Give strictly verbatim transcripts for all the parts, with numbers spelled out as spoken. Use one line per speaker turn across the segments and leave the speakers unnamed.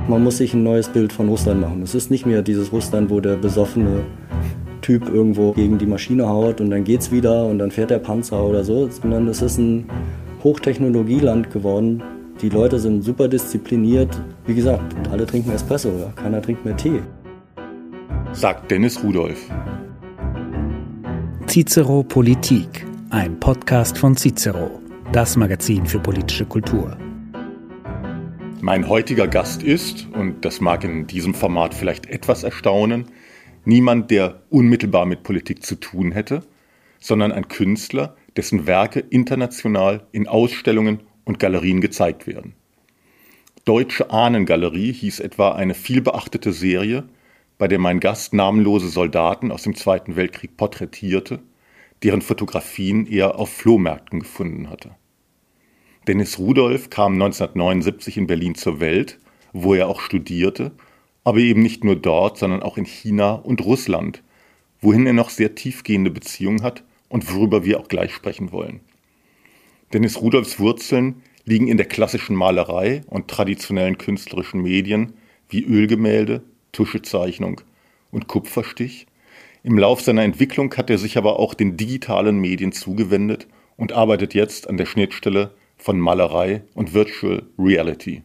Man muss sich ein neues Bild von Russland machen. Es ist nicht mehr dieses Russland, wo der besoffene Typ irgendwo gegen die Maschine haut und dann geht's wieder und dann fährt der Panzer oder so, sondern es ist ein Hochtechnologieland geworden. Die Leute sind super diszipliniert. Wie gesagt, alle trinken Espresso, ja? Keiner trinkt mehr Tee.
Sagt Dennis Rudolph.
Cicero Politik, ein Podcast von Cicero, das Magazin für politische Kultur.
Mein heutiger Gast ist, und das mag in diesem Format vielleicht etwas erstaunen, niemand, der unmittelbar mit Politik zu tun hätte, sondern ein Künstler, dessen Werke international in Ausstellungen und Galerien gezeigt werden. Deutsche Ahnengalerie hieß etwa eine vielbeachtete Serie, bei der mein Gast namenlose Soldaten aus dem Zweiten Weltkrieg porträtierte, deren Fotografien er auf Flohmärkten gefunden hatte. Dennis Rudolph kam neunzehnhundertneunundsiebzig in Berlin zur Welt, wo er auch studierte, aber eben nicht nur dort, sondern auch in China und Russland, wohin er noch sehr tiefgehende Beziehungen hat und worüber wir auch gleich sprechen wollen. Dennis Rudolphs Wurzeln liegen in der klassischen Malerei und traditionellen künstlerischen Medien wie Ölgemälde, Tuschezeichnung und Kupferstich. Im Lauf seiner Entwicklung hat er sich aber auch den digitalen Medien zugewendet und arbeitet jetzt an der Schnittstelle von Malerei und Virtual Reality.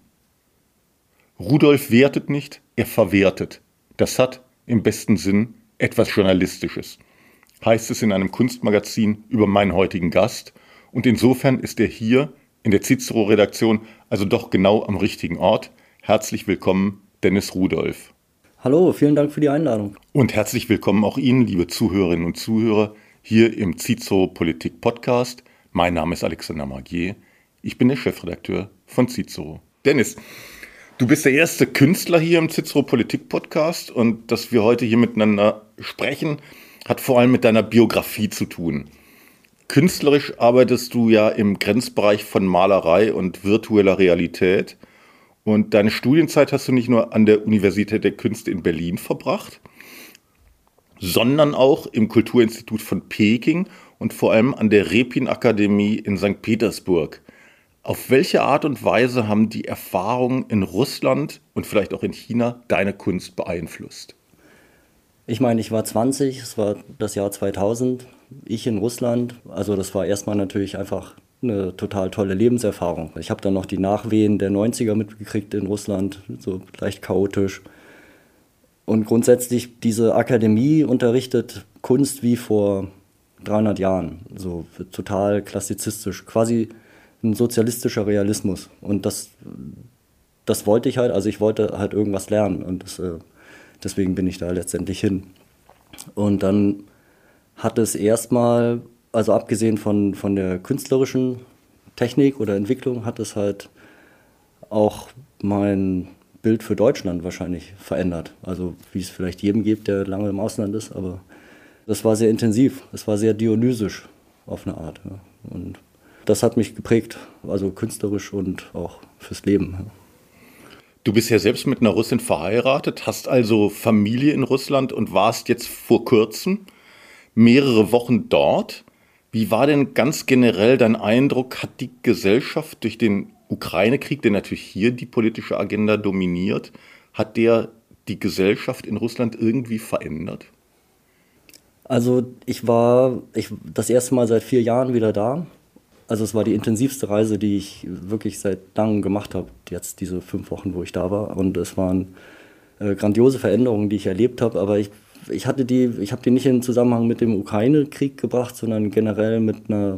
Rudolph wertet nicht, er verwertet. Das hat im besten Sinn etwas Journalistisches, heißt es in einem Kunstmagazin über meinen heutigen Gast. Und insofern ist er hier in der Cicero-Redaktion also doch genau am richtigen Ort. Herzlich willkommen, Dennis Rudolph.
Hallo, vielen Dank für die Einladung.
Und herzlich willkommen auch Ihnen, liebe Zuhörerinnen und Zuhörer, hier im Cicero Politik Podcast. Mein Name ist Alexander Magier. Ich bin der Chefredakteur von Cicero. Dennis, du bist der erste Künstler hier im Cicero Politik Podcast und dass wir heute hier miteinander sprechen, hat vor allem mit deiner Biografie zu tun. Künstlerisch arbeitest du ja im Grenzbereich von Malerei und virtueller Realität und deine Studienzeit hast du nicht nur an der Universität der Künste in Berlin verbracht, sondern auch im Kulturinstitut von Peking und vor allem an der Repin-Akademie in Sankt Petersburg. Auf welche Art und Weise haben die Erfahrungen in Russland und vielleicht auch in China deine Kunst beeinflusst?
Ich meine, ich war zwanzig, es war das Jahr zweitausend, ich in Russland. Also das war erstmal natürlich einfach eine total tolle Lebenserfahrung. Ich habe dann noch die Nachwehen der neunziger mitgekriegt in Russland, so leicht chaotisch. Und grundsätzlich, diese Akademie unterrichtet Kunst wie vor dreihundert Jahren, so total klassizistisch, quasi ein sozialistischer Realismus. Und das, das wollte ich halt, also ich wollte halt irgendwas lernen und das, äh, deswegen bin ich da letztendlich hin. Und dann hat es erstmal, also abgesehen von, von der künstlerischen Technik oder Entwicklung, hat es halt auch mein Bild für Deutschland wahrscheinlich verändert. Also wie es vielleicht jedem gibt, der lange im Ausland ist, aber das war sehr intensiv, es war sehr dionysisch auf eine Art. Ja. Und das hat mich geprägt, also künstlerisch und auch fürs Leben. Ja.
Du bist ja selbst mit einer Russin verheiratet, hast also Familie in Russland und warst jetzt vor kurzem mehrere Wochen dort. Wie war denn ganz generell dein Eindruck? Hat die Gesellschaft durch den Ukraine-Krieg, der natürlich hier die politische Agenda dominiert, hat der die Gesellschaft in Russland irgendwie verändert?
Also ich war ich, das erste Mal seit vier Jahren wieder da. Also es war die intensivste Reise, die ich wirklich seit langem gemacht habe, jetzt diese fünf Wochen, wo ich da war. Und es waren äh, grandiose Veränderungen, die ich erlebt habe. Aber ich, ich hatte die, ich habe die nicht in Zusammenhang mit dem Ukraine-Krieg gebracht, sondern generell mit einer,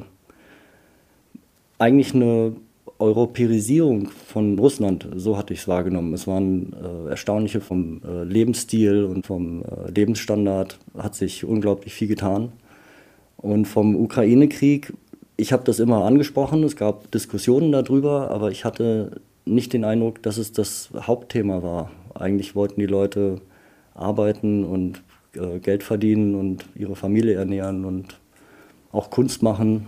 eigentlich eine Europäisierung von Russland. So hatte ich es wahrgenommen. Es waren äh, erstaunliche vom äh, Lebensstil und vom äh, Lebensstandard hat sich unglaublich viel getan. Und vom Ukraine-Krieg, ich habe das immer angesprochen, es gab Diskussionen darüber, aber ich hatte nicht den Eindruck, dass es das Hauptthema war. Eigentlich wollten die Leute arbeiten und äh, Geld verdienen und ihre Familie ernähren und auch Kunst machen.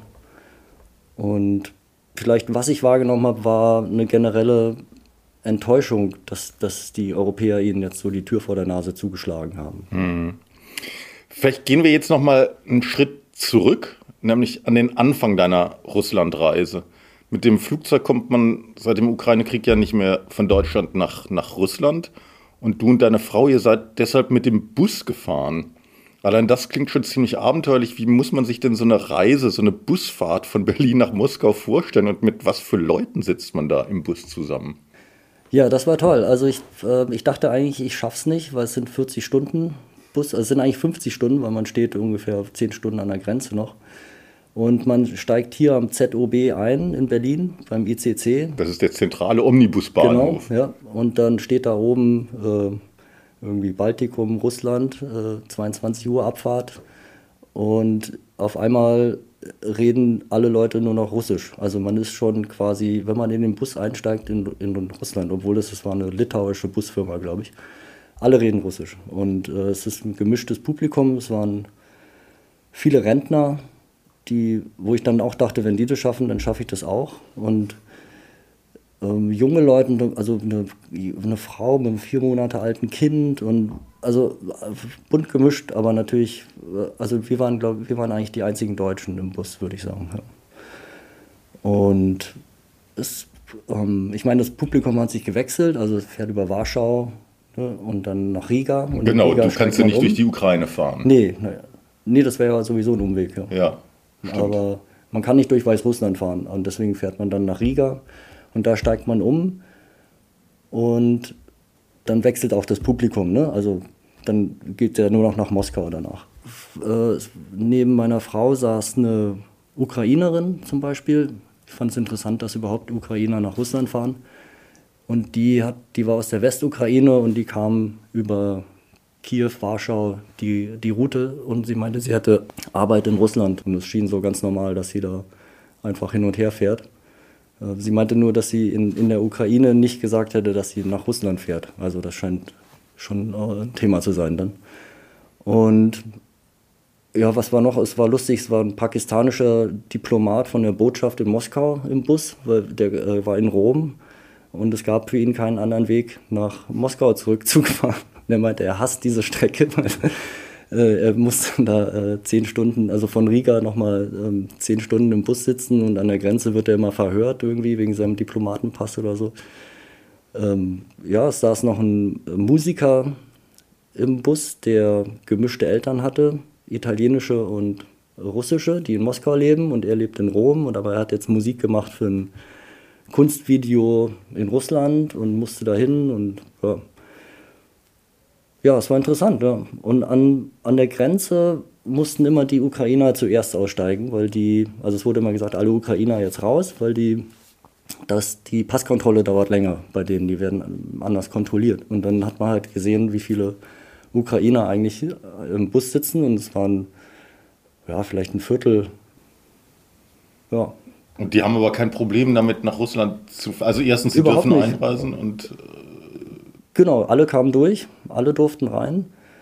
Und vielleicht, was ich wahrgenommen habe, war eine generelle Enttäuschung, dass, dass die Europäer ihnen jetzt so die Tür vor der Nase zugeschlagen haben.
Hm. Vielleicht gehen wir jetzt noch mal einen Schritt zurück, nämlich an den Anfang deiner Russlandreise. Mit dem Flugzeug kommt man seit dem Ukraine-Krieg ja nicht mehr von Deutschland nach, nach Russland. Und du und deine Frau, ihr seid deshalb mit dem Bus gefahren. Allein das klingt schon ziemlich abenteuerlich. Wie muss man sich denn so eine Reise, so eine Busfahrt von Berlin nach Moskau vorstellen? Und mit was für Leuten sitzt man da im Bus zusammen?
Ja, das war toll. Also ich, äh, ich dachte eigentlich, ich schaff's nicht, weil es sind vierzig Stunden Bus. Also es sind eigentlich fünfzig Stunden, weil man steht ungefähr zehn Stunden an der Grenze noch. Und man steigt hier am Z O B ein in Berlin beim I C C.
Das ist der zentrale Omnibusbahnhof.
Genau, ja. Und dann steht da oben äh, irgendwie Baltikum, Russland, äh, zweiundzwanzig Uhr Abfahrt. Und auf einmal reden alle Leute nur noch Russisch. Also man ist schon quasi, wenn man in den Bus einsteigt in, in Russland, obwohl es, es war eine litauische Busfirma, glaube ich, alle reden Russisch. Und äh, es ist ein gemischtes Publikum, es waren viele Rentner, die, wo ich dann auch dachte, wenn die das schaffen, dann schaffe ich das auch. Und ähm, junge Leute, also eine, eine Frau mit einem vier Monate alten Kind und also bunt gemischt, aber natürlich, also wir waren, glaube wir waren eigentlich die einzigen Deutschen im Bus, würde ich sagen. Ja. Und es, ähm, ich meine, das Publikum hat sich gewechselt, also es fährt über Warschau, ne, und dann nach Riga. Und
genau,
Riga
du kannst ja nicht um. durch die Ukraine fahren.
Nee, nee, nee das wäre ja sowieso ein Umweg. Ja.
Ja, stimmt.
Aber man kann nicht durch Weißrussland fahren und deswegen fährt man dann nach Riga und da steigt man um und dann wechselt auch das Publikum, ne? Also dann geht der nur noch nach Moskau danach. Äh, neben meiner Frau saß eine Ukrainerin zum Beispiel. Ich fand es interessant, dass überhaupt Ukrainer nach Russland fahren. Und die, hat, die war aus der Westukraine und die kam über Kiew, Warschau, die, die Route. Und sie meinte, sie hatte Arbeit in Russland. Und es schien so ganz normal, dass sie da einfach hin und her fährt. Äh, sie meinte nur, dass sie in, in der Ukraine nicht gesagt hätte, dass sie nach Russland fährt. Also das scheint schon ein Thema zu sein dann. Und ja, was war noch? Es war lustig, es war ein pakistanischer Diplomat von der Botschaft in Moskau im Bus, weil der äh, war in Rom und es gab für ihn keinen anderen Weg, nach Moskau zurückzufahren. Der meinte, er hasst diese Strecke, weil äh, er muss dann da äh, zehn Stunden, also von Riga nochmal ähm, zehn Stunden im Bus sitzen und an der Grenze wird er immer verhört irgendwie wegen seinem Diplomatenpass oder so. Ähm, ja, es saß noch ein Musiker im Bus, der gemischte Eltern hatte, italienische und russische, die in Moskau leben und er lebt in Rom. Und aber er hat jetzt Musik gemacht für ein Kunstvideo in Russland und musste dahin und ja. Ja, es war interessant. Ja. Und an, an der Grenze mussten immer die Ukrainer zuerst aussteigen, weil die, also es wurde immer gesagt, alle Ukrainer jetzt raus, weil die dass die Passkontrolle dauert länger bei denen, die werden anders kontrolliert. Und dann hat man halt gesehen, wie viele Ukrainer eigentlich im Bus sitzen und es waren ja vielleicht ein Viertel. Ja.
Und die haben aber kein Problem damit, nach Russland zu fahren. Also erstens, sie
Überhaupt
dürfen
nicht.
einreisen und...
Genau, alle kamen durch, alle durften rein.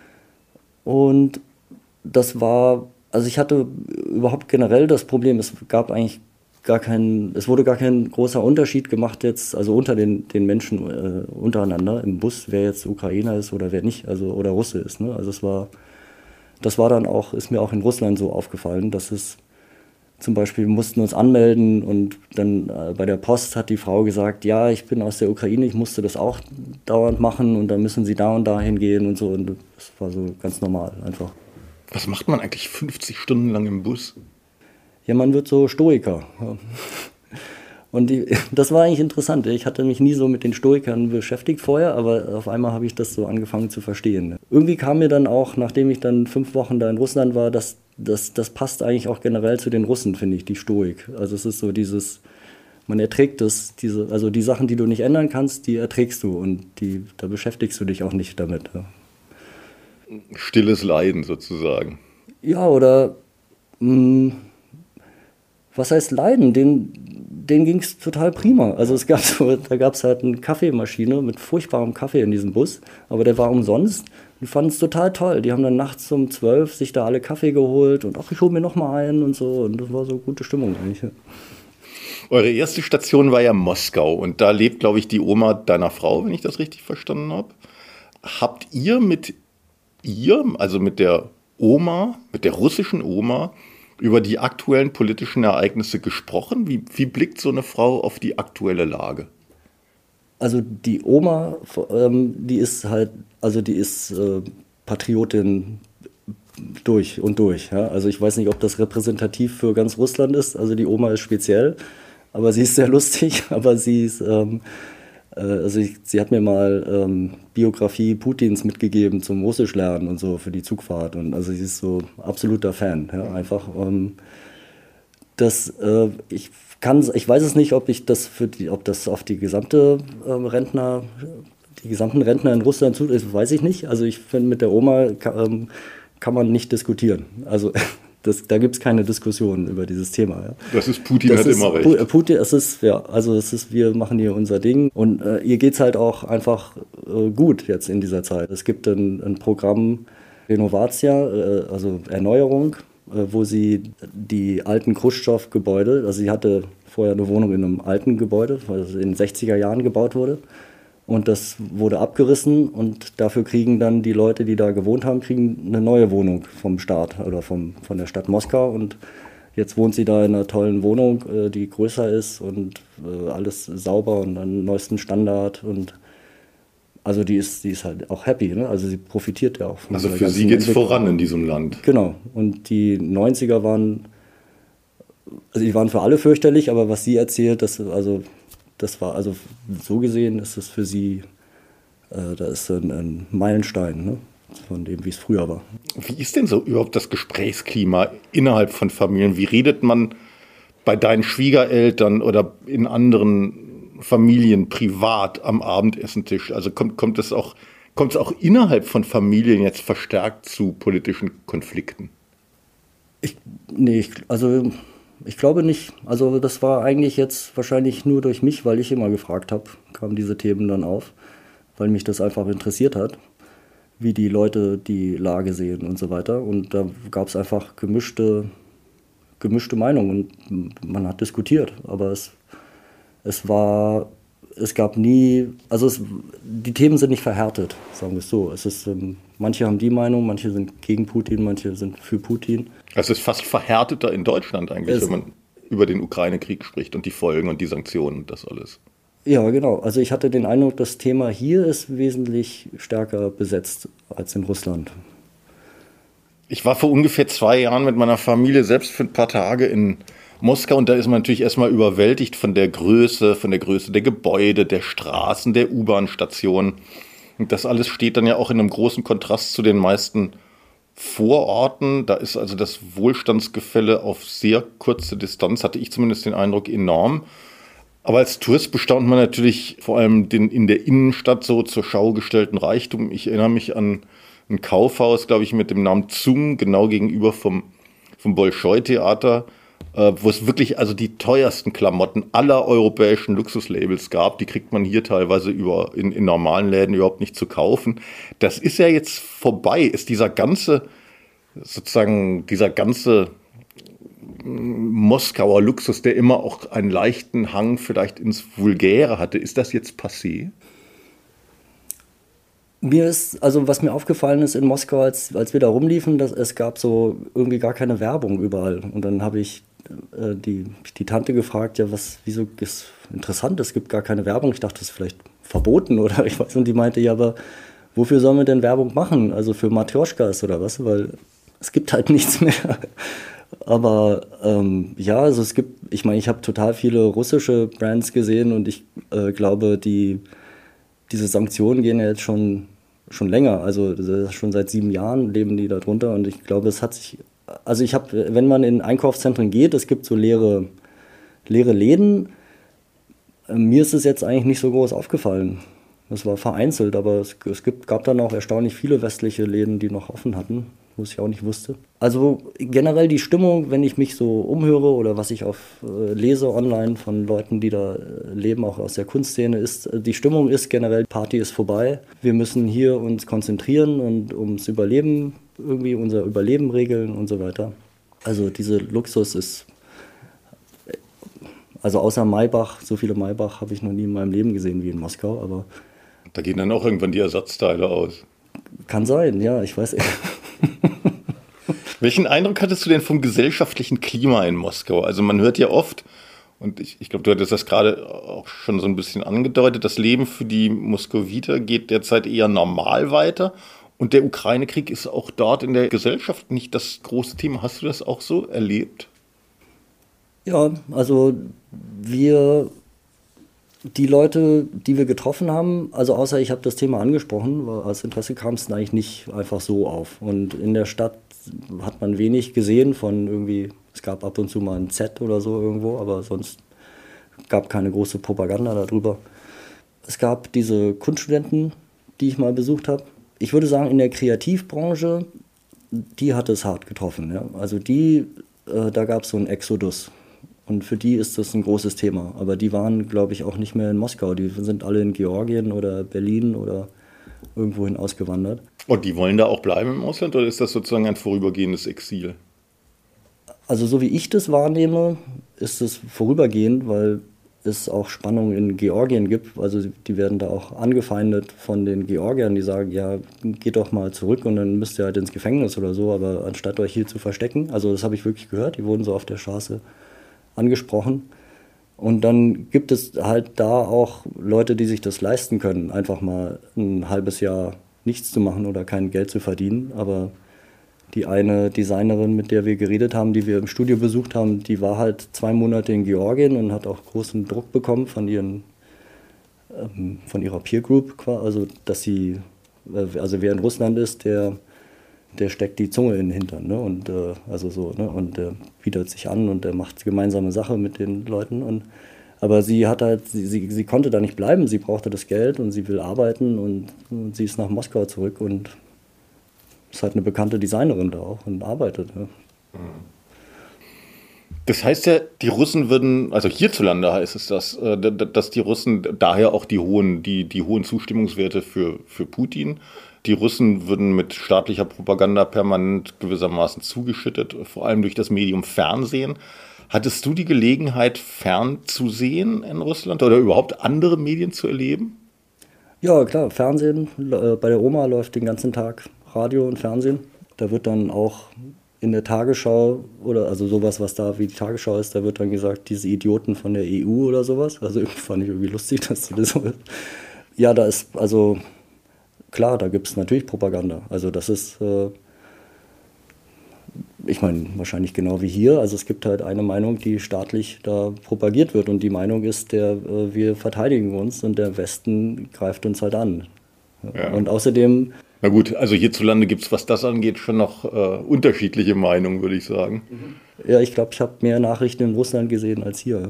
Und das war, also ich hatte überhaupt generell das Problem, es gab eigentlich gar kein, es wurde gar kein großer Unterschied gemacht jetzt, also unter den, den Menschen äh, untereinander im Bus, wer jetzt Ukrainer ist oder wer nicht, also oder Russe ist. Ne? Also es war, das war dann auch, ist mir auch in Russland so aufgefallen, dass es zum Beispiel, wir mussten uns anmelden und dann äh, bei der Post hat die Frau gesagt, ja, ich bin aus der Ukraine, ich musste das auch dauernd machen und dann müssen sie da und da hingehen und so und das war so ganz normal einfach.
Was macht man eigentlich fünfzig Stunden lang im Bus?
Ja, man wird so Stoiker. Ja. Und die, das war eigentlich interessant. Ich hatte mich nie so mit den Stoikern beschäftigt vorher, aber auf einmal habe ich das so angefangen zu verstehen. Irgendwie kam mir dann auch, nachdem ich dann fünf Wochen da in Russland war, dass das, das passt eigentlich auch generell zu den Russen, finde ich, die Stoik. Also es ist so dieses, man erträgt das, diese, also die Sachen, die du nicht ändern kannst, die erträgst du und die, da beschäftigst du dich auch nicht damit. Ja.
Stilles Leiden sozusagen.
Ja, oder mh, was heißt Leiden? Den, denen ging es total prima. Also es gab so, da gab es halt eine Kaffeemaschine mit furchtbarem Kaffee in diesem Bus, aber der war umsonst. Die fanden es total toll. Die haben dann nachts um zwölf sich da alle Kaffee geholt und ach, ich hole mir noch mal einen und so. Und das war so gute Stimmung eigentlich.
Eure erste Station war ja Moskau und da lebt, glaube ich, die Oma deiner Frau, wenn ich das richtig verstanden habe. Habt ihr mit ihr, also mit der Oma, mit der russischen Oma, über die aktuellen politischen Ereignisse gesprochen? Wie, wie blickt so eine Frau auf die aktuelle Lage?
Also die Oma, ähm, die ist halt, also die ist äh, Patriotin durch und durch. Ja? Also ich weiß nicht, ob das repräsentativ für ganz Russland ist. Also die Oma ist speziell, aber sie ist sehr lustig. Aber sie ist, ähm, äh, also ich, sie hat mir mal ähm, Biografie Putins mitgegeben zum Russisch lernen und so für die Zugfahrt. Und also sie ist so absoluter Fan. Ja? Einfach, ähm, das, äh, ich kann, ich weiß es nicht, ob ich das für die, ob das auf die gesamte ähm, Rentner, die gesamten Rentner in Russland zu, das weiß ich nicht. Also ich finde, mit der Oma kann, ähm, kann man nicht diskutieren. Also das, da gibt es keine Diskussion über dieses Thema. Ja.
Das ist Putin
das
hat
ist,
immer recht.
Putin, es ist, ja, also es ist, wir machen hier unser Ding und äh, ihr geht es halt auch einfach äh, gut jetzt in dieser Zeit. Es gibt ein, ein Programm Renovatia, äh, also Erneuerung, äh, wo sie die alten Chruschtschow-Gebäude, also sie hatte vorher eine Wohnung in einem alten Gebäude, was in den sechziger Jahren gebaut wurde. Und das wurde abgerissen und dafür kriegen dann die Leute, die da gewohnt haben, kriegen eine neue Wohnung vom Staat oder vom, von der Stadt Moskau. Und jetzt wohnt sie da in einer tollen Wohnung, äh, die größer ist und äh, alles sauber und an neuesten Standard. Und also die ist, die ist halt auch happy, ne? Also sie profitiert ja auch von
Also für sie geht es voran in diesem Land.
Genau. Und die neunziger waren, also die waren für alle fürchterlich, aber was sie erzählt, das also Das war also so gesehen, ist es für sie, äh, da ist ein, ein Meilenstein, ne, von dem, wie es früher war.
Wie ist denn so überhaupt das Gesprächsklima innerhalb von Familien? Wie redet man bei deinen Schwiegereltern oder in anderen Familien privat am Abendessentisch? Also kommt, kommt es auch, kommt es auch innerhalb von Familien jetzt verstärkt zu politischen Konflikten?
Ich, nee, ich, also... Ich glaube nicht. Also das war eigentlich jetzt wahrscheinlich nur durch mich, weil ich immer gefragt habe, kamen diese Themen dann auf, weil mich das einfach interessiert hat, wie die Leute die Lage sehen und so weiter. Und da gab es einfach gemischte, gemischte Meinungen und man hat diskutiert. Aber es, es war, es gab nie, also es, die Themen sind nicht verhärtet, sagen wir es so. Es ist, ähm, manche haben die Meinung, manche sind gegen Putin, manche sind für Putin.
Es ist fast verhärteter in Deutschland eigentlich, es, wenn man über den Ukraine-Krieg spricht und die Folgen und die Sanktionen und das alles.
Ja, genau. Also ich hatte den Eindruck, das Thema hier ist wesentlich stärker besetzt als in Russland.
Ich war vor ungefähr zwei Jahren mit meiner Familie selbst für ein paar Tage in Moskau und da ist man natürlich erstmal überwältigt von der Größe, von der Größe der Gebäude, der Straßen, der U-Bahn-Stationen. Und das alles steht dann ja auch in einem großen Kontrast zu den meisten Vororten. Da ist also das Wohlstandsgefälle auf sehr kurze Distanz, hatte ich zumindest den Eindruck, enorm. Aber als Tourist bestaunt man natürlich vor allem den in der Innenstadt so zur Schau gestellten Reichtum. Ich erinnere mich an ein Kaufhaus, glaube ich, mit dem Namen Zum, genau gegenüber vom, vom Bolschoi-Theater, äh, wo es wirklich also die teuersten Klamotten aller europäischen Luxuslabels gab. Die kriegt man hier teilweise über, in, in normalen Läden überhaupt nicht zu kaufen. Das ist ja jetzt vorbei. Ist dieser ganze, sozusagen, dieser ganze Moskauer Luxus, der immer auch einen leichten Hang vielleicht ins Vulgäre hatte, ist das jetzt passé?
Mir ist, also was mir aufgefallen ist in Moskau, als, als wir da rumliefen, dass es gab so irgendwie gar keine Werbung überall. Und dann habe ich äh, die, die Tante gefragt, ja, was, wieso ist interessant, es gibt gar keine Werbung. Ich dachte, das ist vielleicht verboten oder ich weiß. Und die meinte, ja, aber wofür sollen wir denn Werbung machen? Also für Matrjoschkas oder was? Weil es gibt halt nichts mehr. Aber ähm, ja, also es gibt, ich meine, ich habe total viele russische Brands gesehen und ich äh, glaube, die, diese Sanktionen gehen ja jetzt schon, schon länger. Also schon seit sieben Jahren leben die da drunter und ich glaube, es hat sich, also ich habe, wenn man in Einkaufszentren geht, es gibt so leere, leere Läden. Äh, mir ist es jetzt eigentlich nicht so groß aufgefallen. Das war vereinzelt, aber es, es gibt, gab dann auch erstaunlich viele westliche Läden, die noch offen hatten, was ich auch nicht wusste. Also generell die Stimmung, wenn ich mich so umhöre oder was ich auf äh, lese online von Leuten, die da äh, leben, auch aus der Kunstszene, ist, äh, die Stimmung ist generell, Party ist vorbei. Wir müssen hier uns konzentrieren und ums Überleben, irgendwie unser Überleben regeln und so weiter. Also dieser Luxus ist, also außer Maybach, so viele Maybach habe ich noch nie in meinem Leben gesehen wie in Moskau, aber
da gehen dann auch irgendwann die Ersatzteile aus.
Kann sein, ja, ich weiß.
Welchen Eindruck hattest du denn vom gesellschaftlichen Klima in Moskau? Also man hört ja oft, und ich, ich glaube, du hattest das gerade auch schon so ein bisschen angedeutet, das Leben für die Moskowiter geht derzeit eher normal weiter. Und der Ukraine-Krieg ist auch dort in der Gesellschaft nicht das große Thema. Hast du das auch so erlebt?
Ja, also wir, die Leute, die wir getroffen haben, also außer ich habe das Thema angesprochen, weil als Interesse kam es eigentlich nicht einfach so auf. Und in der Stadt hat man wenig gesehen von irgendwie, es gab ab und zu mal ein Z oder so irgendwo, aber sonst gab keine große Propaganda darüber. Es gab diese Kunststudenten, die ich mal besucht habe. Ich würde sagen, in der Kreativbranche, die hat es hart getroffen. Ja? Also die, äh, da gab es so einen Exodus. Und für die ist das ein großes Thema. Aber die waren, glaube ich, auch nicht mehr in Moskau. Die sind alle in Georgien oder Berlin oder irgendwohin ausgewandert.
Und die wollen da auch bleiben im Ausland oder ist das sozusagen ein vorübergehendes Exil?
Also so wie ich das wahrnehme, ist es vorübergehend, weil es auch Spannungen in Georgien gibt. Also die werden da auch angefeindet von den Georgiern, die sagen, ja, geht doch mal zurück und dann müsst ihr halt ins Gefängnis oder so, aber anstatt euch hier zu verstecken. Also das habe ich wirklich gehört, die wurden so auf der Straße angesprochen. Und dann gibt es halt da auch Leute, die sich das leisten können, einfach mal ein halbes Jahr nichts zu machen oder kein Geld zu verdienen. Aber die eine Designerin, mit der wir geredet haben, die wir im Studio besucht haben, die war halt zwei Monate in Georgien und hat auch großen Druck bekommen von ihren, ähm, von ihrer Peer Group, also dass sie, äh, also wer in Russland ist, der der steckt die Zunge in den Hintern, ne? Und äh, also so, ne? Und der bietet sich an und der macht gemeinsame Sache mit den Leuten. Und aber sie hat halt, sie, sie, sie konnte da nicht bleiben, sie brauchte das Geld und sie will arbeiten und, und sie ist nach Moskau zurück und ist halt eine bekannte Designerin da auch und arbeitet. Ne?
Das heißt ja, die Russen würden, also hierzulande heißt es das, dass die Russen daher auch die hohen, die, die hohen Zustimmungswerte für, für Putin. Die Russen würden mit staatlicher Propaganda permanent gewissermaßen zugeschüttet, vor allem durch das Medium Fernsehen. Hattest du die Gelegenheit, fernzusehen in Russland oder überhaupt andere Medien zu erleben?
Ja, klar, Fernsehen. Bei der Oma läuft den ganzen Tag Radio und Fernsehen. Da wird dann auch in der Tagesschau oder also sowas, was da wie die Tagesschau ist, da wird dann gesagt, diese Idioten von der E U oder sowas. Also fand ich irgendwie lustig, dass die das so ist. Ja, da ist also... Klar, da gibt es natürlich Propaganda. Also das ist, äh, ich meine, wahrscheinlich genau wie hier. Also es gibt halt eine Meinung, die staatlich da propagiert wird. Und die Meinung ist, der, äh, wir verteidigen uns und der Westen greift uns halt an. Ja. Und außerdem...
Na gut, also hierzulande gibt es, was das angeht, schon noch äh, unterschiedliche Meinungen, würde ich sagen.
Ja, ich glaube, ich habe mehr Nachrichten in Russland gesehen als hier.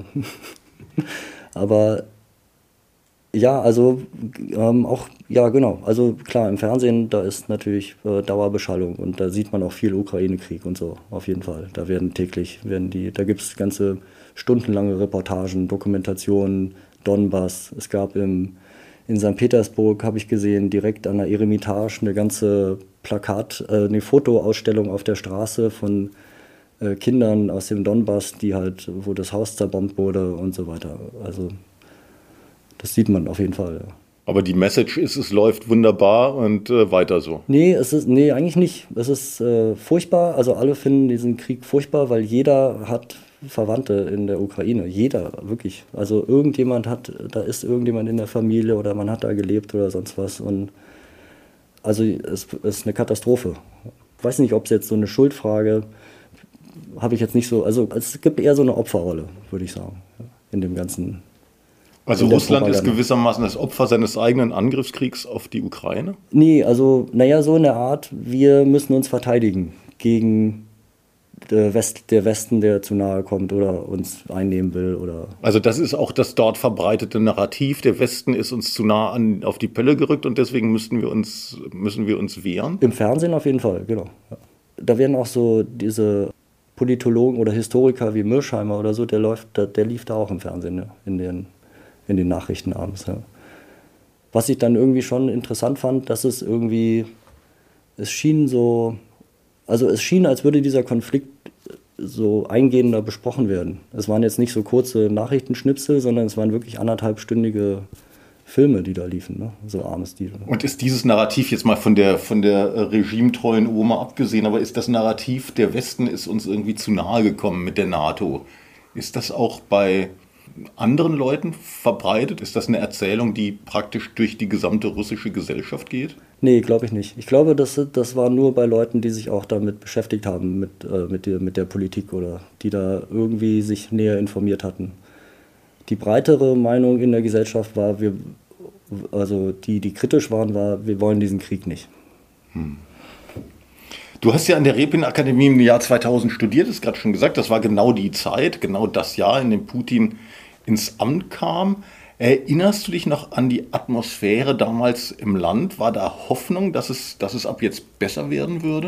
Aber... Ja, also ähm, auch, ja genau, also klar, im Fernsehen, da ist natürlich äh, Dauerbeschallung und da sieht man auch viel Ukraine-Krieg und so, auf jeden Fall. Da werden täglich, werden die, da gibt es ganze stundenlange Reportagen, Dokumentationen, Donbass. Es gab im, in Sankt Petersburg, habe ich gesehen, direkt an der Eremitage eine ganze Plakat, äh, eine Fotoausstellung auf der Straße von äh, Kindern aus dem Donbass, die halt, wo das Haus zerbombt wurde und so weiter. Also das sieht man auf jeden Fall. Ja.
Aber die Message ist, es läuft wunderbar und äh, weiter so.
Nee, es ist, nee, eigentlich nicht. Es ist äh, furchtbar. Also alle finden diesen Krieg furchtbar, weil jeder hat Verwandte in der Ukraine. Jeder, wirklich. Also irgendjemand hat, da ist irgendjemand in der Familie oder man hat da gelebt oder sonst was. Und also es ist eine Katastrophe. Ich weiß nicht, ob es jetzt so eine Schuldfrage, habe ich jetzt nicht so, also es gibt eher so eine Opferrolle, würde ich sagen, in dem ganzen.
Also Russland ist gewissermaßen das Opfer seines eigenen Angriffskriegs auf die Ukraine?
Nee, also naja, so in der Art, wir müssen uns verteidigen gegen der, West, der Westen, der zu nahe kommt oder uns einnehmen will. Oder
also das ist auch das dort verbreitete Narrativ, der Westen ist uns zu nah an, auf die Pelle gerückt und deswegen müssen wir uns, müssen wir uns wehren?
Im Fernsehen auf jeden Fall, genau. Ja. Da werden auch so diese Politologen oder Historiker wie Mearsheimer oder so, der, läuft, der, der lief da auch im Fernsehen, ne? in den in den Nachrichten abends. Ja. Was ich dann irgendwie schon interessant fand, dass es irgendwie, es schien so, also es schien, als würde dieser Konflikt so eingehender besprochen werden. Es waren jetzt nicht so kurze Nachrichtenschnipsel, sondern es waren wirklich anderthalbstündige Filme, die da liefen, ne? So Armistice.
Und ist dieses Narrativ jetzt mal von der, von der regimetreuen Oma abgesehen, aber ist das Narrativ, der Westen ist uns irgendwie zu nahe gekommen mit der NATO? Ist das auch bei anderen Leuten verbreitet? Ist das eine Erzählung, die praktisch durch die gesamte russische Gesellschaft geht?
Nee, glaube ich nicht. Ich glaube, das, das war nur bei Leuten, die sich auch damit beschäftigt haben, mit, äh, mit, der, mit der Politik oder die da irgendwie sich näher informiert hatten. Die breitere Meinung in der Gesellschaft war, wir, also die, die kritisch waren, war, wir wollen diesen Krieg nicht.
Hm. Du hast ja an der Repin-Akademie im Jahr zweitausend studiert, das gerade schon gesagt, das war genau die Zeit, genau das Jahr, in dem Putin ins Amt kam. Erinnerst du dich noch an die Atmosphäre damals im Land? War da Hoffnung, dass es, dass es ab jetzt besser werden würde?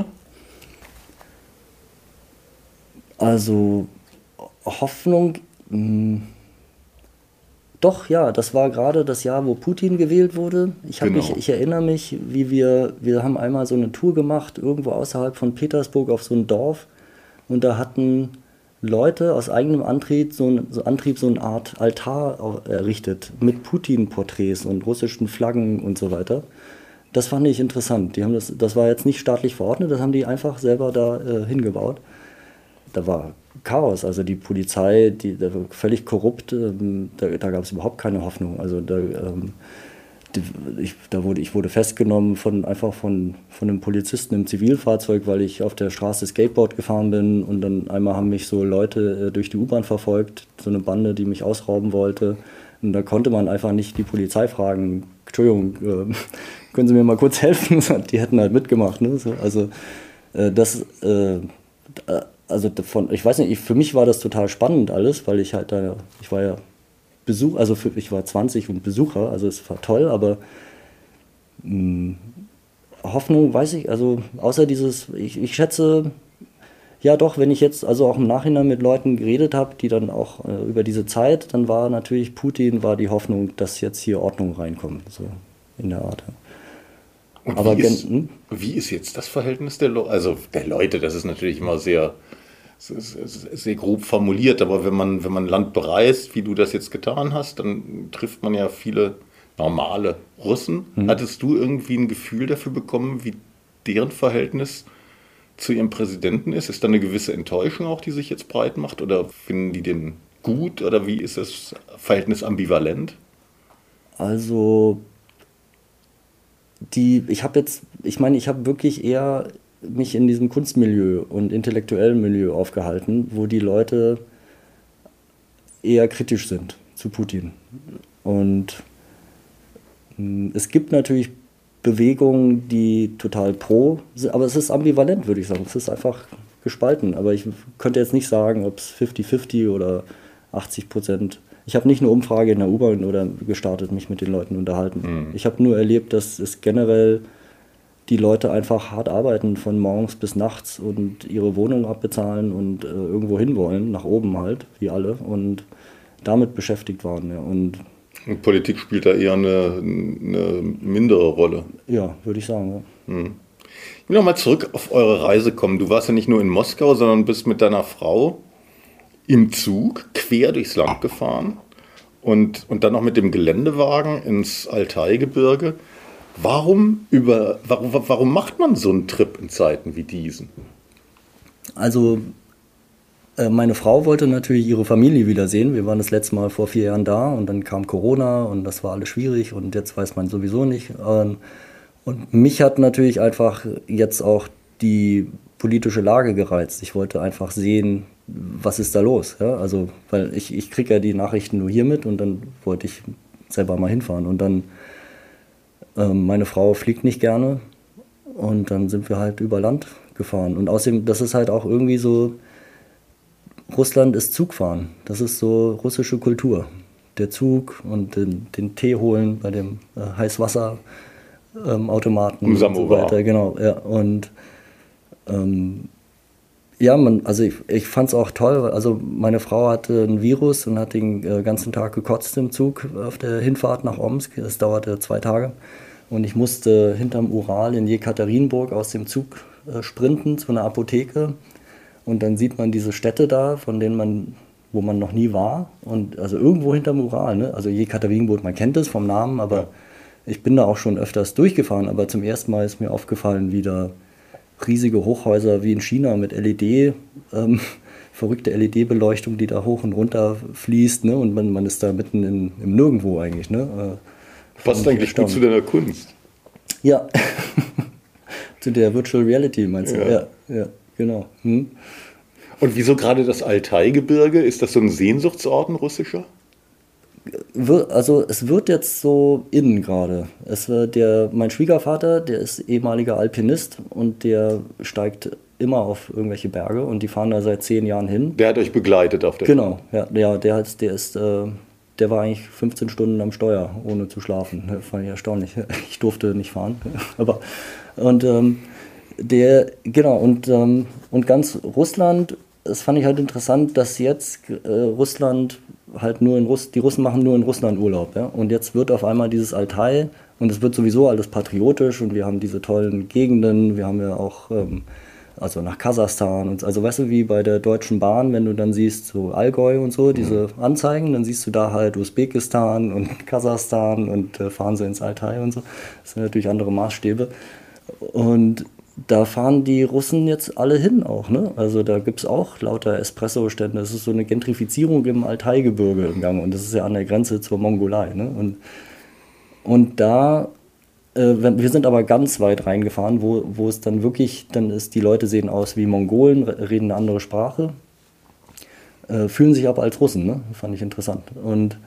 Also Hoffnung, mh, doch, ja, das war gerade das Jahr, wo Putin gewählt wurde. Ich, hab
Genau.
mich, ich erinnere mich, wie wir, wir haben einmal so eine Tour gemacht, irgendwo außerhalb von Petersburg auf so ein Dorf. Und da hatten Leute aus eigenem Antrieb so, ein, so Antrieb so eine Art Altar errichtet mit Putin-Porträts und russischen Flaggen und so weiter. Das fand ich interessant. Die haben das, das war jetzt nicht staatlich verordnet, das haben die einfach selber da äh, hingebaut. Da war Chaos, also die Polizei, die, die war völlig korrupt, ähm, da, da gab es überhaupt keine Hoffnung. Also da, ähm, die, ich, da wurde, ich wurde festgenommen von, einfach von, von einem Polizisten im Zivilfahrzeug, weil ich auf der Straße Skateboard gefahren bin und dann einmal haben mich so Leute äh, durch die U-Bahn verfolgt, so eine Bande, die mich ausrauben wollte. Und da konnte man einfach nicht die Polizei fragen, Entschuldigung, äh, können Sie mir mal kurz helfen? Die hätten halt mitgemacht. Ne? So, also äh, das... Äh, Also von, ich weiß nicht, ich, für mich war das total spannend alles, weil ich halt da, ich war ja Besuch, also für, ich war zwanzig und Besucher, also es war toll, aber mh, Hoffnung weiß ich, also außer dieses, ich, ich schätze, ja doch, wenn ich jetzt also auch im Nachhinein mit Leuten geredet habe, die dann auch äh, über diese Zeit, dann war natürlich Putin, war die Hoffnung, dass jetzt hier Ordnung reinkommt, so in der Art.
Und
aber
wie, ist,
hm?
wie ist jetzt das Verhältnis der Leute? Also der Leute, das ist natürlich immer sehr, sehr grob formuliert, aber wenn man, wenn man Land bereist, wie du das jetzt getan hast, dann trifft man ja viele normale Russen. Hm. Hattest du irgendwie ein Gefühl dafür bekommen, wie deren Verhältnis zu ihrem Präsidenten ist? Ist da eine gewisse Enttäuschung auch, die sich jetzt breit macht? Oder finden die den gut? Oder wie ist das Verhältnis ambivalent?
Also die, ich habe jetzt, ich meine, ich habe wirklich eher mich in diesem Kunstmilieu und intellektuellen Milieu aufgehalten, wo die Leute eher kritisch sind zu Putin. Und mh, es gibt natürlich Bewegungen, die total pro sind, aber es ist ambivalent, würde ich sagen. Es ist einfach gespalten. Aber ich könnte jetzt nicht sagen, ob es fünfzig fünfzig oder achtzig Prozent. Ich habe nicht eine Umfrage in der U-Bahn oder gestartet, mich mit den Leuten unterhalten. Mhm. Ich habe nur erlebt, dass es generell die Leute einfach hart arbeiten, von morgens bis nachts und ihre Wohnung abbezahlen und äh, irgendwo hinwollen, nach oben halt, wie alle, und damit beschäftigt waren. Ja. Und,
und Politik spielt da eher eine, eine mindere Rolle.
Ja, würde ich sagen. Ja.
Mhm. Ich will nochmal zurück auf eure Reise kommen. Du warst ja nicht nur in Moskau, sondern bist mit deiner Frau im Zug quer durchs Land gefahren und, und dann noch mit dem Geländewagen ins Altaigebirge. Warum, über, warum, warum macht man so einen Trip in Zeiten wie diesen?
Also äh, meine Frau wollte natürlich ihre Familie wiedersehen. Wir waren das letzte Mal vor vier Jahren da und dann kam Corona und das war alles schwierig und jetzt weiß man sowieso nicht. Ähm, und mich hat natürlich einfach jetzt auch die politische Lage gereizt. Ich wollte einfach sehen, was ist da los. Ja? Also, weil ich, ich kriege ja die Nachrichten nur hier mit und dann wollte ich selber mal hinfahren. Und dann meine Frau fliegt nicht gerne und dann sind wir halt über Land gefahren. Und außerdem, das ist halt auch irgendwie so, Russland ist Zugfahren. Das ist so russische Kultur. Der Zug und den, den Tee holen bei dem äh, Heißwasserautomaten
und so weiter.
Genau, ja. Und ähm, ja, man, also ich, ich fand es auch toll. Also meine Frau hatte ein Virus und hat den äh, ganzen Tag gekotzt im Zug auf der Hinfahrt nach Omsk. Das dauerte zwei Tage. Und ich musste hinterm Ural in Jekaterinburg aus dem Zug äh, sprinten zu einer Apotheke. Und dann sieht man diese Städte da, von denen man wo man noch nie war. Und also irgendwo hinterm Ural, ne? Also Jekaterinburg, man kennt es vom Namen, aber ja. Ich bin da auch schon öfters durchgefahren. Aber zum ersten Mal ist mir aufgefallen, wie da riesige Hochhäuser wie in China mit L E D, ähm, verrückte L E D-Beleuchtung, die da hoch und runter fließt, ne? Und man, man ist da mitten in, im Nirgendwo eigentlich, ne? Äh,
Passt eigentlich gut zu deiner Kunst.
Ja, zu der Virtual Reality meinst du?
Ja,
ja, ja genau. Hm.
Und wieso gerade das Altai-Gebirge? Ist das so ein Sehnsuchtsort, ein russischer?
Also es wird jetzt so innen gerade. Es wird der, mein Schwiegervater, der ist ehemaliger Alpinist und der steigt immer auf irgendwelche Berge und die fahren da seit zehn Jahren hin.
Der hat euch begleitet auf der
Genau, ja, ja der, hat, der ist, äh, der war eigentlich fünfzehn Stunden am Steuer, ohne zu schlafen. Das fand ich erstaunlich. Ich durfte nicht fahren, aber und ähm, der, genau, und, ähm, und ganz Russland, das fand ich halt interessant, dass jetzt äh, Russland halt nur in Russ die Russen machen nur in Russland Urlaub, ja? Und jetzt wird auf einmal dieses Altai und es wird sowieso alles patriotisch und wir haben diese tollen Gegenden, wir haben ja auch ähm, also nach Kasachstan und also weißt du, wie bei der Deutschen Bahn, wenn du dann siehst so Allgäu und so, diese Anzeigen, dann siehst du da halt Usbekistan und Kasachstan und äh, fahren sie ins Altai und so. Das sind natürlich andere Maßstäbe und da fahren die Russen jetzt alle hin auch, ne? Also da gibt es auch lauter Espresso-Stände. Es ist so eine Gentrifizierung im Altai-Gebirge im Gang und das ist ja an der Grenze zur Mongolei, ne? Und, und da, äh, wir sind aber ganz weit reingefahren, wo, wo es dann wirklich, dann ist, die Leute sehen aus wie Mongolen, reden eine andere Sprache, äh, fühlen sich aber als Russen, ne? Fand ich interessant. Und,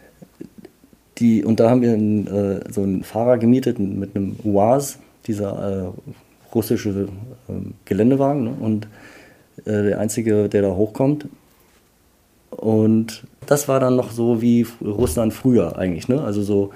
die, und da haben wir einen, äh, so einen Fahrer gemietet mit einem U A Z, dieser äh, russische äh, Geländewagen, ne? Und äh, der Einzige, der da hochkommt. Und das war dann noch so wie Russland früher eigentlich, ne? Also so,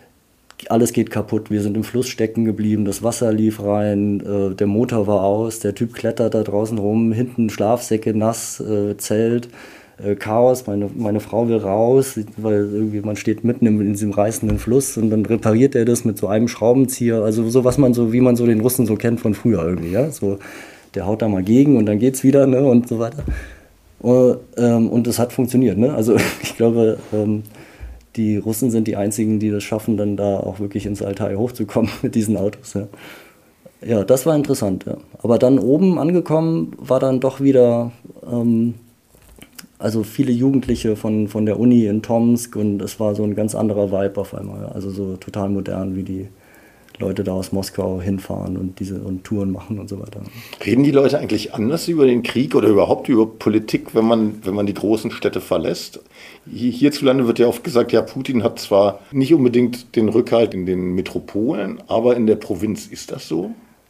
alles geht kaputt, wir sind im Fluss stecken geblieben, das Wasser lief rein, äh, der Motor war aus, der Typ klettert da draußen rum, hinten Schlafsäcke nass, äh, Zelt, äh, Chaos, meine, meine Frau will raus, weil irgendwie man steht mitten in, in diesem reißenden Fluss und dann repariert er das mit so einem Schraubenzieher, also so was man so, wie man so den Russen so kennt von früher irgendwie, ja, so, der haut da mal gegen und dann geht's wieder, ne, und so weiter. Und, ähm, und das hat funktioniert, ne, also ich glaube, ähm, die Russen sind die einzigen, die das schaffen, dann da auch wirklich ins Altai hochzukommen mit diesen Autos, ja. Ja, das war interessant, ja. Aber dann oben angekommen war dann doch wieder, ähm, also viele Jugendliche von, von der Uni in Tomsk und es war so ein ganz anderer Vibe auf einmal. Also so total modern, wie die Leute da aus Moskau hinfahren und diese und Touren machen und so weiter.
Reden die Leute eigentlich anders über den Krieg oder überhaupt über Politik, wenn man, wenn man die großen Städte verlässt? Hierzulande wird ja oft gesagt, ja, Putin hat zwar nicht unbedingt den Rückhalt in den Metropolen, aber in der Provinz. Ist das so?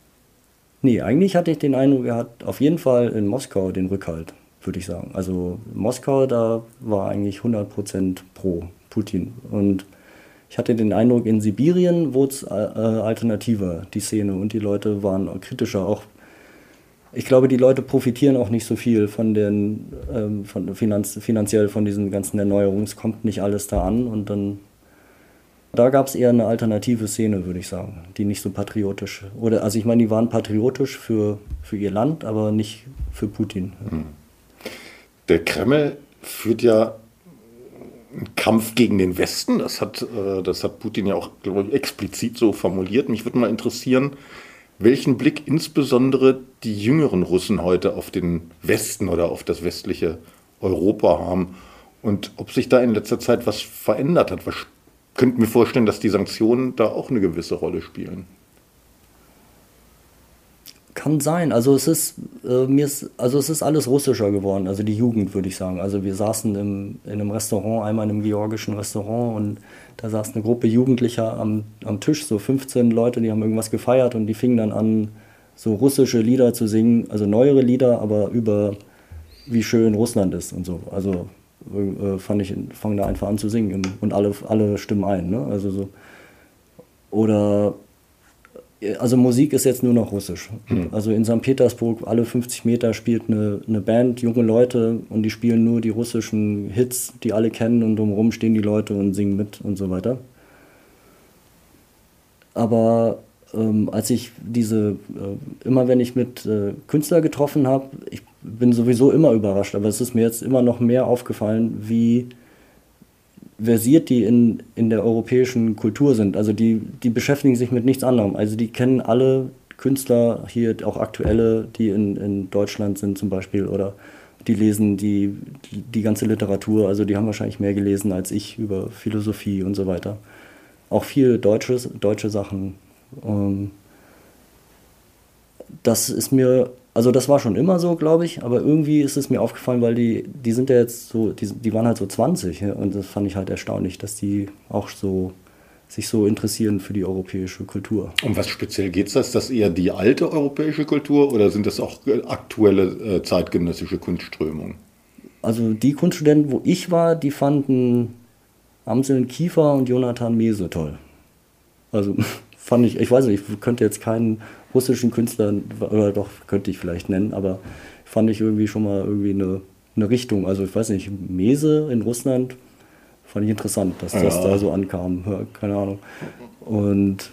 Nee,
eigentlich hatte ich den Eindruck, er hat auf jeden Fall in Moskau den Rückhalt, würde ich sagen. Also Moskau, da war eigentlich hundert Prozent pro Putin. Und ich hatte den Eindruck, in Sibirien wurde es äh, alternativer, die Szene. Und die Leute waren kritischer. Auch, ich glaube, die Leute profitieren auch nicht so viel von den, ähm, von Finanz, finanziell von diesen ganzen Erneuerungen. Es kommt nicht alles da an. Und dann, da gab es eher eine alternative Szene, würde ich sagen, die nicht so patriotisch. Oder, also ich meine, die waren patriotisch für, für ihr Land, aber nicht für Putin.
Hm. Der Kreml führt ja einen Kampf gegen den Westen. Das hat, das hat Putin ja auch, glaube ich, explizit so formuliert. Mich würde mal interessieren, welchen Blick insbesondere die jüngeren Russen heute auf den Westen oder auf das westliche Europa haben und ob sich da in letzter Zeit was verändert hat. Ich könnte mir vorstellen, dass die Sanktionen da auch eine gewisse Rolle spielen.
Kann sein. Also es ist äh, mir ist, also es ist alles russischer geworden. Also die Jugend, würde ich sagen. Also wir saßen im, in einem Restaurant, einmal in einem georgischen Restaurant und da saß eine Gruppe Jugendlicher am, am Tisch, so fünfzehn Leute, die haben irgendwas gefeiert und die fingen dann an, so russische Lieder zu singen, also neuere Lieder, aber über wie schön Russland ist und so. Also äh, fand ich, fangen da einfach an zu singen und alle, alle stimmen ein. Ne? Also so. Oder Also Musik ist jetzt nur noch russisch. Mhm. Also in Sankt Petersburg, alle fünfzig Meter spielt eine, eine Band, junge Leute, und die spielen nur die russischen Hits, die alle kennen, und drumherum stehen die Leute und singen mit und so weiter. Aber ähm, als ich diese, äh, immer wenn ich mit äh, Künstlern getroffen habe, ich bin sowieso immer überrascht, aber es ist mir jetzt immer noch mehr aufgefallen, wie versiert die in, in der europäischen Kultur sind. Also die, die beschäftigen sich mit nichts anderem. Also die kennen alle Künstler, hier auch aktuelle, die in, in Deutschland sind zum Beispiel, oder die lesen die, die, die ganze Literatur. Also die haben wahrscheinlich mehr gelesen als ich über Philosophie und so weiter. Auch viel Deutsches, deutsche Sachen. Ähm, das ist mir, also das war schon immer so, glaube ich, aber irgendwie ist es mir aufgefallen, weil die, die sind ja jetzt so, die, die waren halt so zwanzig, ja, und das fand ich halt erstaunlich, dass die auch so sich so interessieren für die europäische Kultur.
Um was speziell geht es? Ist das eher die alte europäische Kultur oder sind das auch aktuelle äh, zeitgenössische Kunstströmungen?
Also die Kunststudenten, wo ich war, die fanden Amseln Kiefer und Jonathan Mese toll. Also fand ich, ich weiß nicht, ich könnte jetzt keinen russischen Künstler, oder doch, könnte ich vielleicht nennen, aber fand ich irgendwie schon mal irgendwie eine, eine Richtung. Also ich weiß nicht, Mese in Russland fand ich interessant, dass das ja da so ankam. Ja, keine Ahnung. Und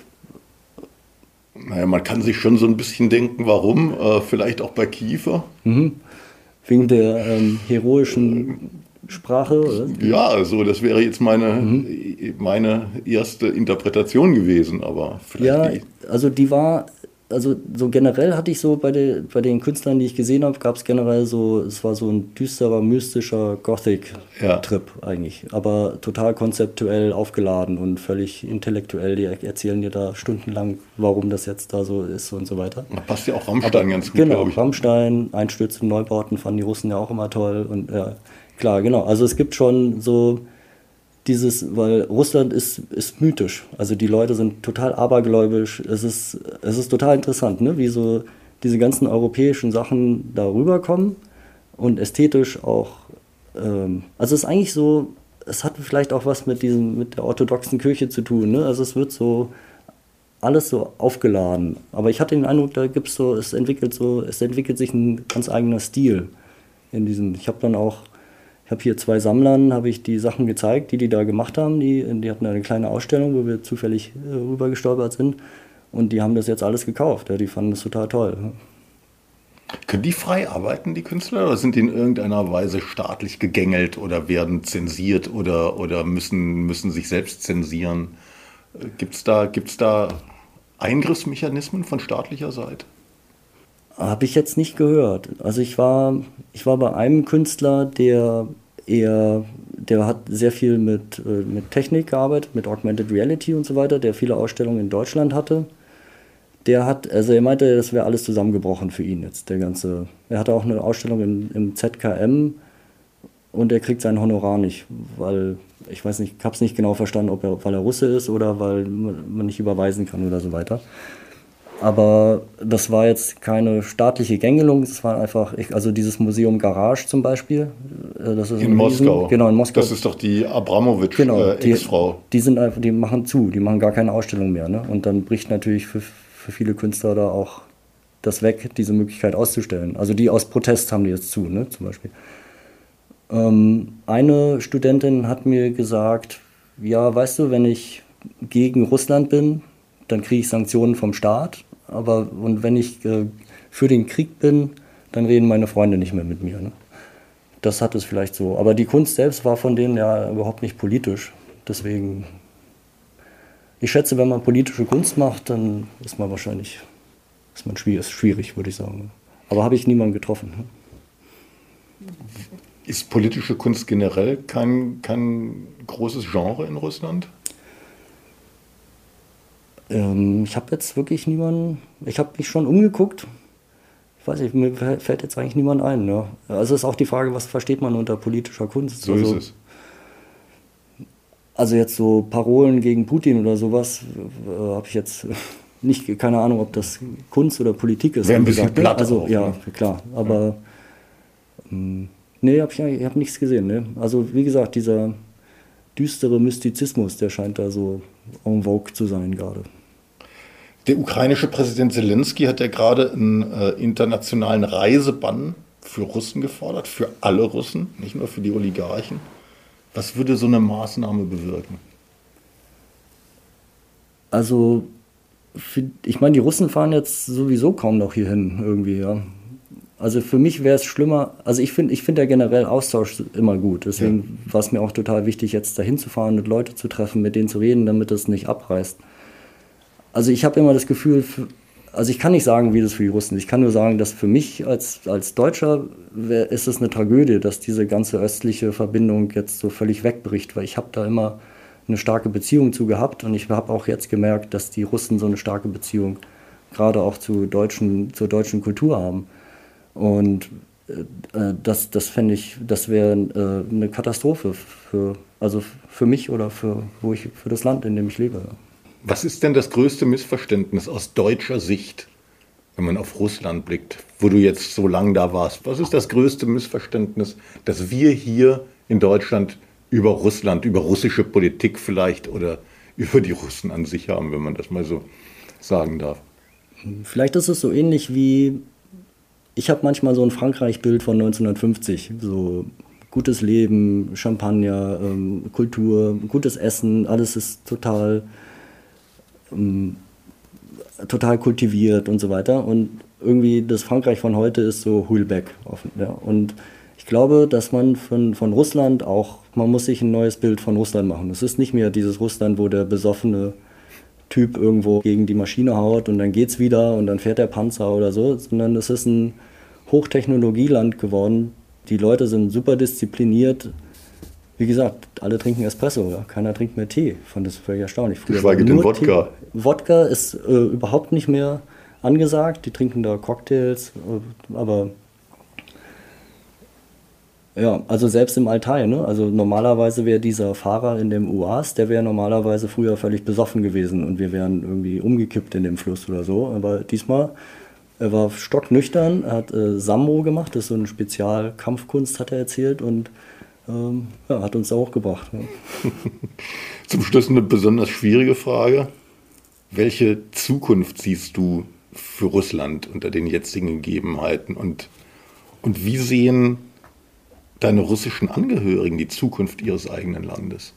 naja, man kann sich schon so ein bisschen denken, warum. Äh, vielleicht auch bei Kiefer.
Mhm. Wegen der ähm, heroischen Sprache, oder?
Ja, also das wäre jetzt meine, mhm. meine erste Interpretation gewesen, aber vielleicht
ja,
die.
Also die war, also so generell hatte ich so bei, de, bei den Künstlern, die ich gesehen habe, gab es generell so, es war so ein düsterer, mystischer Gothic-Trip ja. eigentlich, aber total konzeptuell aufgeladen und völlig intellektuell. Die erzählen dir da stundenlang, warum das jetzt da so ist und so weiter.
Da passt ja auch Rammstein aber, ganz gut,
genau,
glaube ich.
Rammstein, Einstürze und Neubauten fanden die Russen ja auch immer toll und ja, klar, genau. Also es gibt schon so dieses, weil Russland ist, ist mythisch. Also die Leute sind total abergläubisch. Es ist, es ist total interessant, ne? Wie so diese ganzen europäischen Sachen da rüberkommen und ästhetisch auch. Ähm, also es ist eigentlich so, es hat vielleicht auch was mit diesem, mit der orthodoxen Kirche zu tun, ne? Also es wird so alles so aufgeladen. Aber ich hatte den Eindruck, da gibt's so, es entwickelt so, es entwickelt sich ein ganz eigener Stil in diesem. Ich habe dann auch Ich habe hier zwei Sammlern, habe ich die Sachen gezeigt, die die da gemacht haben. Die, die hatten eine kleine Ausstellung, wo wir zufällig äh, rüber gestolpert sind. Und die haben das jetzt alles gekauft. Ja, die fanden das total toll.
Können die frei arbeiten, die Künstler? Oder sind die in irgendeiner Weise staatlich gegängelt oder werden zensiert oder, oder müssen, müssen sich selbst zensieren? Gibt es da, gibt's da Eingriffsmechanismen von staatlicher Seite?
Habe ich jetzt nicht gehört. Also ich war, ich war bei einem Künstler, der eher, der hat sehr viel mit, mit Technik gearbeitet, mit Augmented Reality und so weiter, der viele Ausstellungen in Deutschland hatte. Der hat, also er meinte, das wäre alles zusammengebrochen für ihn jetzt, der ganze. Er hatte auch eine Ausstellung im, im Z K M und er kriegt sein Honorar nicht, weil, ich weiß nicht, ich habe es nicht genau verstanden, ob er, weil er Russe ist oder weil man nicht überweisen kann oder so weiter. Aber das war jetzt keine staatliche Gängelung, es war einfach, also dieses Museum Garage zum Beispiel. Das ist
in Moskau.
Riesen, genau, in Moskau.
Das ist doch die Abramowitsch, genau, äh, Ex-Frau.
Die, die sind einfach, die machen zu, die machen gar keine Ausstellung mehr. Ne? Und dann bricht natürlich für, für viele Künstler da auch das weg, diese Möglichkeit auszustellen. Also die aus Protest haben die jetzt zu, ne, zum Beispiel. Ähm, eine Studentin hat mir gesagt, ja, weißt du, wenn ich gegen Russland bin, dann kriege ich Sanktionen vom Staat. Aber und wenn ich äh, für den Krieg bin, dann reden meine Freunde nicht mehr mit mir. Ne? Das hat es vielleicht so. Aber die Kunst selbst war von denen ja überhaupt nicht politisch. Deswegen, ich schätze, wenn man politische Kunst macht, dann ist man wahrscheinlich, ist man schwierig, ist schwierig, würde ich sagen. Aber habe ich niemanden getroffen. Ne?
Ist politische Kunst generell kein, kein großes Genre in Russland?
Ich habe jetzt wirklich niemanden, ich habe mich schon umgeguckt, ich weiß nicht, mir fällt jetzt eigentlich niemand ein. Ja. Also ist auch die Frage, was versteht man unter politischer Kunst?
So
also,
ist es.
Also jetzt so Parolen gegen Putin oder sowas, äh, habe ich jetzt nicht, keine Ahnung, ob das Kunst oder Politik ist.
Wäre ein bisschen platt
Also
auch,
ja,
ne?
klar, aber ja. ähm, nee, hab ich, ich habe nichts gesehen. Ne? Also wie gesagt, dieser düstere Mystizismus, der scheint da so en vogue zu sein gerade.
Der ukrainische Präsident Zelensky hat ja gerade einen äh, internationalen Reisebann für Russen gefordert, für alle Russen, nicht nur für die Oligarchen. Was würde so eine Maßnahme bewirken?
Also Ich meine, die Russen fahren jetzt sowieso kaum noch hier hin irgendwie, ja. Also für mich wäre es schlimmer, also ich finde ich find ja generell Austausch immer gut. Deswegen ja. war es mir auch total wichtig, jetzt dahin zu fahren und Leute zu treffen, mit denen zu reden, damit es nicht abreißt. Also ich habe immer das Gefühl, also ich kann nicht sagen, wie das für die Russen ist. Ich kann nur sagen, dass für mich als, als Deutscher wär, ist es eine Tragödie, dass diese ganze östliche Verbindung jetzt so völlig wegbricht, weil ich habe da immer eine starke Beziehung zu gehabt und ich habe auch jetzt gemerkt, dass die Russen so eine starke Beziehung gerade auch zu deutschen, zur deutschen Kultur haben. Und äh, das, das fände ich, das wäre äh, eine Katastrophe für, also für mich oder für, wo ich, für das Land, in dem ich lebe.
Was ist denn das größte Missverständnis aus deutscher Sicht, wenn man auf Russland blickt, wo du jetzt so lange da warst? Was ist das größte Missverständnis, das wir hier in Deutschland über Russland, über russische Politik vielleicht oder über die Russen an sich haben, wenn man das mal so sagen darf?
Vielleicht ist es so ähnlich wie, ich habe manchmal so ein Frankreich-Bild von neunzehnhundertfünfzig, so gutes Leben, Champagner, ähm, Kultur, gutes Essen, alles ist total, ähm, total kultiviert und so weiter. Und irgendwie das Frankreich von heute ist so Hulbeck. Ja. Und ich glaube, dass man von, von Russland auch, man muss sich ein neues Bild von Russland machen. Es ist nicht mehr dieses Russland, wo der besoffene Typ irgendwo gegen die Maschine haut und dann geht's wieder und dann fährt der Panzer oder so, sondern es ist ein Hochtechnologieland geworden. Die Leute sind super diszipliniert. Wie gesagt, alle trinken Espresso, ja? Keiner trinkt mehr Tee. Ich fand das völlig erstaunlich.
Geschweige denn Wodka.
Tee. Wodka ist äh, überhaupt nicht mehr angesagt. Die trinken da Cocktails, äh, aber ja, also selbst im Altai, ne? Also normalerweise wäre dieser Fahrer in dem U A S, der wäre normalerweise früher völlig besoffen gewesen und wir wären irgendwie umgekippt in dem Fluss oder so. Aber diesmal, er war stocknüchtern, er hat äh, Sambo gemacht, das ist so eine Spezialkampfkunst, hat er erzählt und ähm, ja, hat uns da hochgebracht. Ja.
Zum Schluss eine besonders schwierige Frage. Welche Zukunft siehst du für Russland unter den jetzigen Gegebenheiten und, und wie sehen deine russischen Angehörigen die Zukunft ihres eigenen Landes?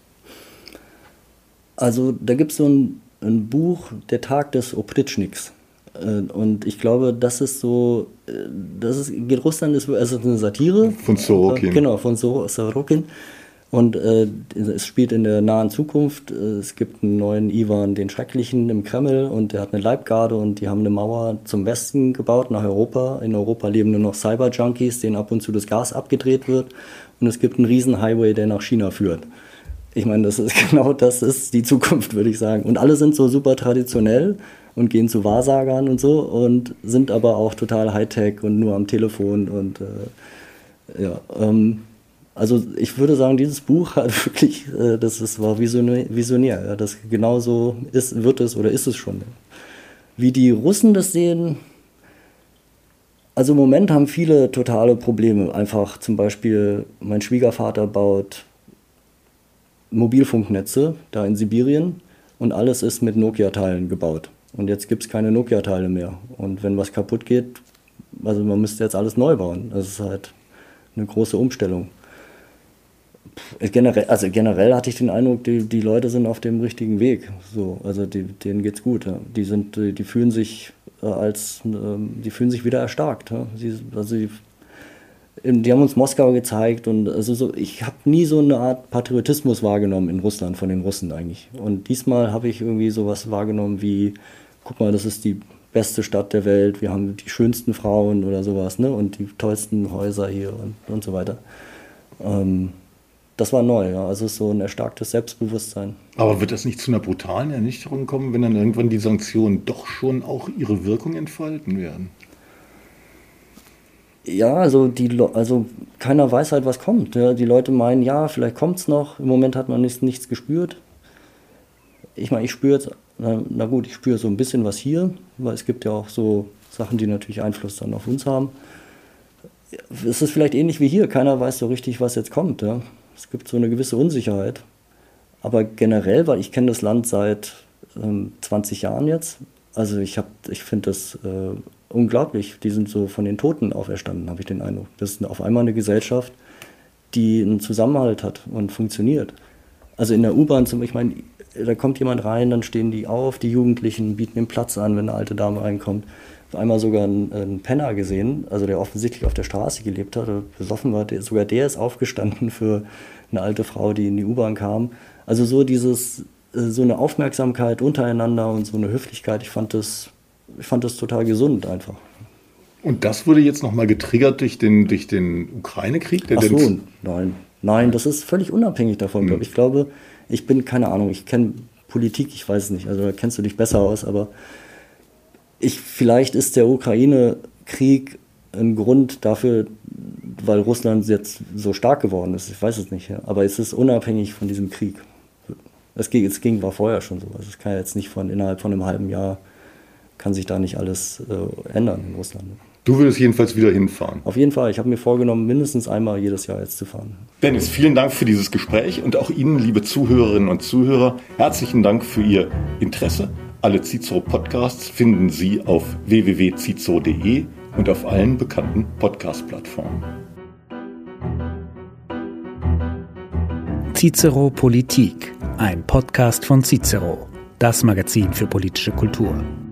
Also da gibt es so ein, ein Buch, Der Tag des Opritschniks. Und ich glaube, das ist so, das ist, Russland ist also eine Satire.
Von Sorokin.
Genau, von Sorokin. Und äh, es spielt in der nahen Zukunft. Es gibt einen neuen Iwan den Schrecklichen im Kreml und der hat eine Leibgarde und die haben eine Mauer zum Westen gebaut, nach Europa. In Europa leben nur noch Cyber-Junkies, denen ab und zu das Gas abgedreht wird. Und es gibt einen riesen Highway, der nach China führt. Ich meine, das ist genau das ist die Zukunft, würde ich sagen. Und alle sind so super traditionell und gehen zu Wahrsagern und so und sind aber auch total Hightech und nur am Telefon und äh, ja, ähm, also ich würde sagen, dieses Buch hat wirklich, äh, das ist, war visionär, visionär ja, das genauso ist, wird es oder ist es schon. Wie die Russen das sehen, also im Moment haben viele totale Probleme. Einfach zum Beispiel, mein Schwiegervater baut Mobilfunknetze da in Sibirien und alles ist mit Nokia-Teilen gebaut. Und jetzt gibt es keine Nokia-Teile mehr. Und wenn was kaputt geht, also man müsste jetzt alles neu bauen. Das ist halt eine große Umstellung. Generell, also generell hatte ich den Eindruck, die, die Leute sind auf dem richtigen Weg. So, also die, denen geht's gut. Ja. Die sind, die, die fühlen sich äh, als, äh, die fühlen sich wieder erstarkt. Ja. Sie, also die, die haben uns Moskau gezeigt und also so, ich habe nie so eine Art Patriotismus wahrgenommen in Russland von den Russen eigentlich. Und diesmal habe ich irgendwie sowas wahrgenommen wie, guck mal, das ist die beste Stadt der Welt, wir haben die schönsten Frauen oder sowas, ne? Und die tollsten Häuser hier und, und so weiter. Ähm, das war neu, ja. Also so ein erstarktes Selbstbewusstsein.
Aber wird das nicht zu einer brutalen Ernüchterung kommen, wenn dann irgendwann die Sanktionen doch schon auch ihre Wirkung entfalten werden?
Ja, also, die, also keiner weiß halt, was kommt. Ja. Die Leute meinen, ja, vielleicht kommt es noch. Im Moment hat man nichts, nichts gespürt. Ich meine, ich spüre jetzt, na, na gut, ich spüre so ein bisschen was hier, weil es gibt ja auch so Sachen, die natürlich Einfluss dann auf uns haben. Es ist vielleicht ähnlich wie hier, keiner weiß so richtig, was jetzt kommt. Ja. Es gibt so eine gewisse Unsicherheit. Aber generell, weil ich kenne das Land seit ähm, zwanzig Jahren jetzt, also ich, hab, ich finde das äh, unglaublich. Die sind so von den Toten auferstanden, habe ich den Eindruck. Das ist auf einmal eine Gesellschaft, die einen Zusammenhalt hat und funktioniert. Also in der U-Bahn zum Beispiel, ich meine, da kommt jemand rein, dann stehen die auf, die Jugendlichen bieten ihm Platz an, wenn eine alte Dame reinkommt. Einmal sogar einen, einen Penner gesehen, also der offensichtlich auf der Straße gelebt hat, besoffen war, der, sogar der ist aufgestanden für eine alte Frau, die in die U-Bahn kam. Also so dieses, so eine Aufmerksamkeit untereinander und so eine Höflichkeit, ich fand das, ich fand das total gesund einfach.
Und das wurde jetzt nochmal getriggert durch den, durch den Ukraine-Krieg? Der
Ach so, nein, nein, das ist völlig unabhängig davon, glaube ich. Ich glaube, ich bin, keine Ahnung, ich kenne Politik, ich weiß es nicht, also da kennst du dich besser aus, aber Ich, vielleicht ist der Ukraine-Krieg ein Grund dafür, weil Russland jetzt so stark geworden ist. Ich weiß es nicht. Ja. Aber es ist unabhängig von diesem Krieg. Es ging, es ging war vorher schon so. Also es kann jetzt nicht von innerhalb von einem halben Jahr, kann sich da nicht alles äh, ändern in Russland.
Du würdest jedenfalls wieder hinfahren?
Auf jeden Fall. Ich habe mir vorgenommen, mindestens einmal jedes Jahr jetzt zu fahren.
Dennis, vielen Dank für dieses Gespräch und auch Ihnen, liebe Zuhörerinnen und Zuhörer, herzlichen Dank für Ihr Interesse. Alle Cicero-Podcasts finden Sie auf w w w punkt cicero punkt d e und auf allen bekannten Podcast-Plattformen.
Cicero Politik, ein Podcast von Cicero, das Magazin für politische Kultur.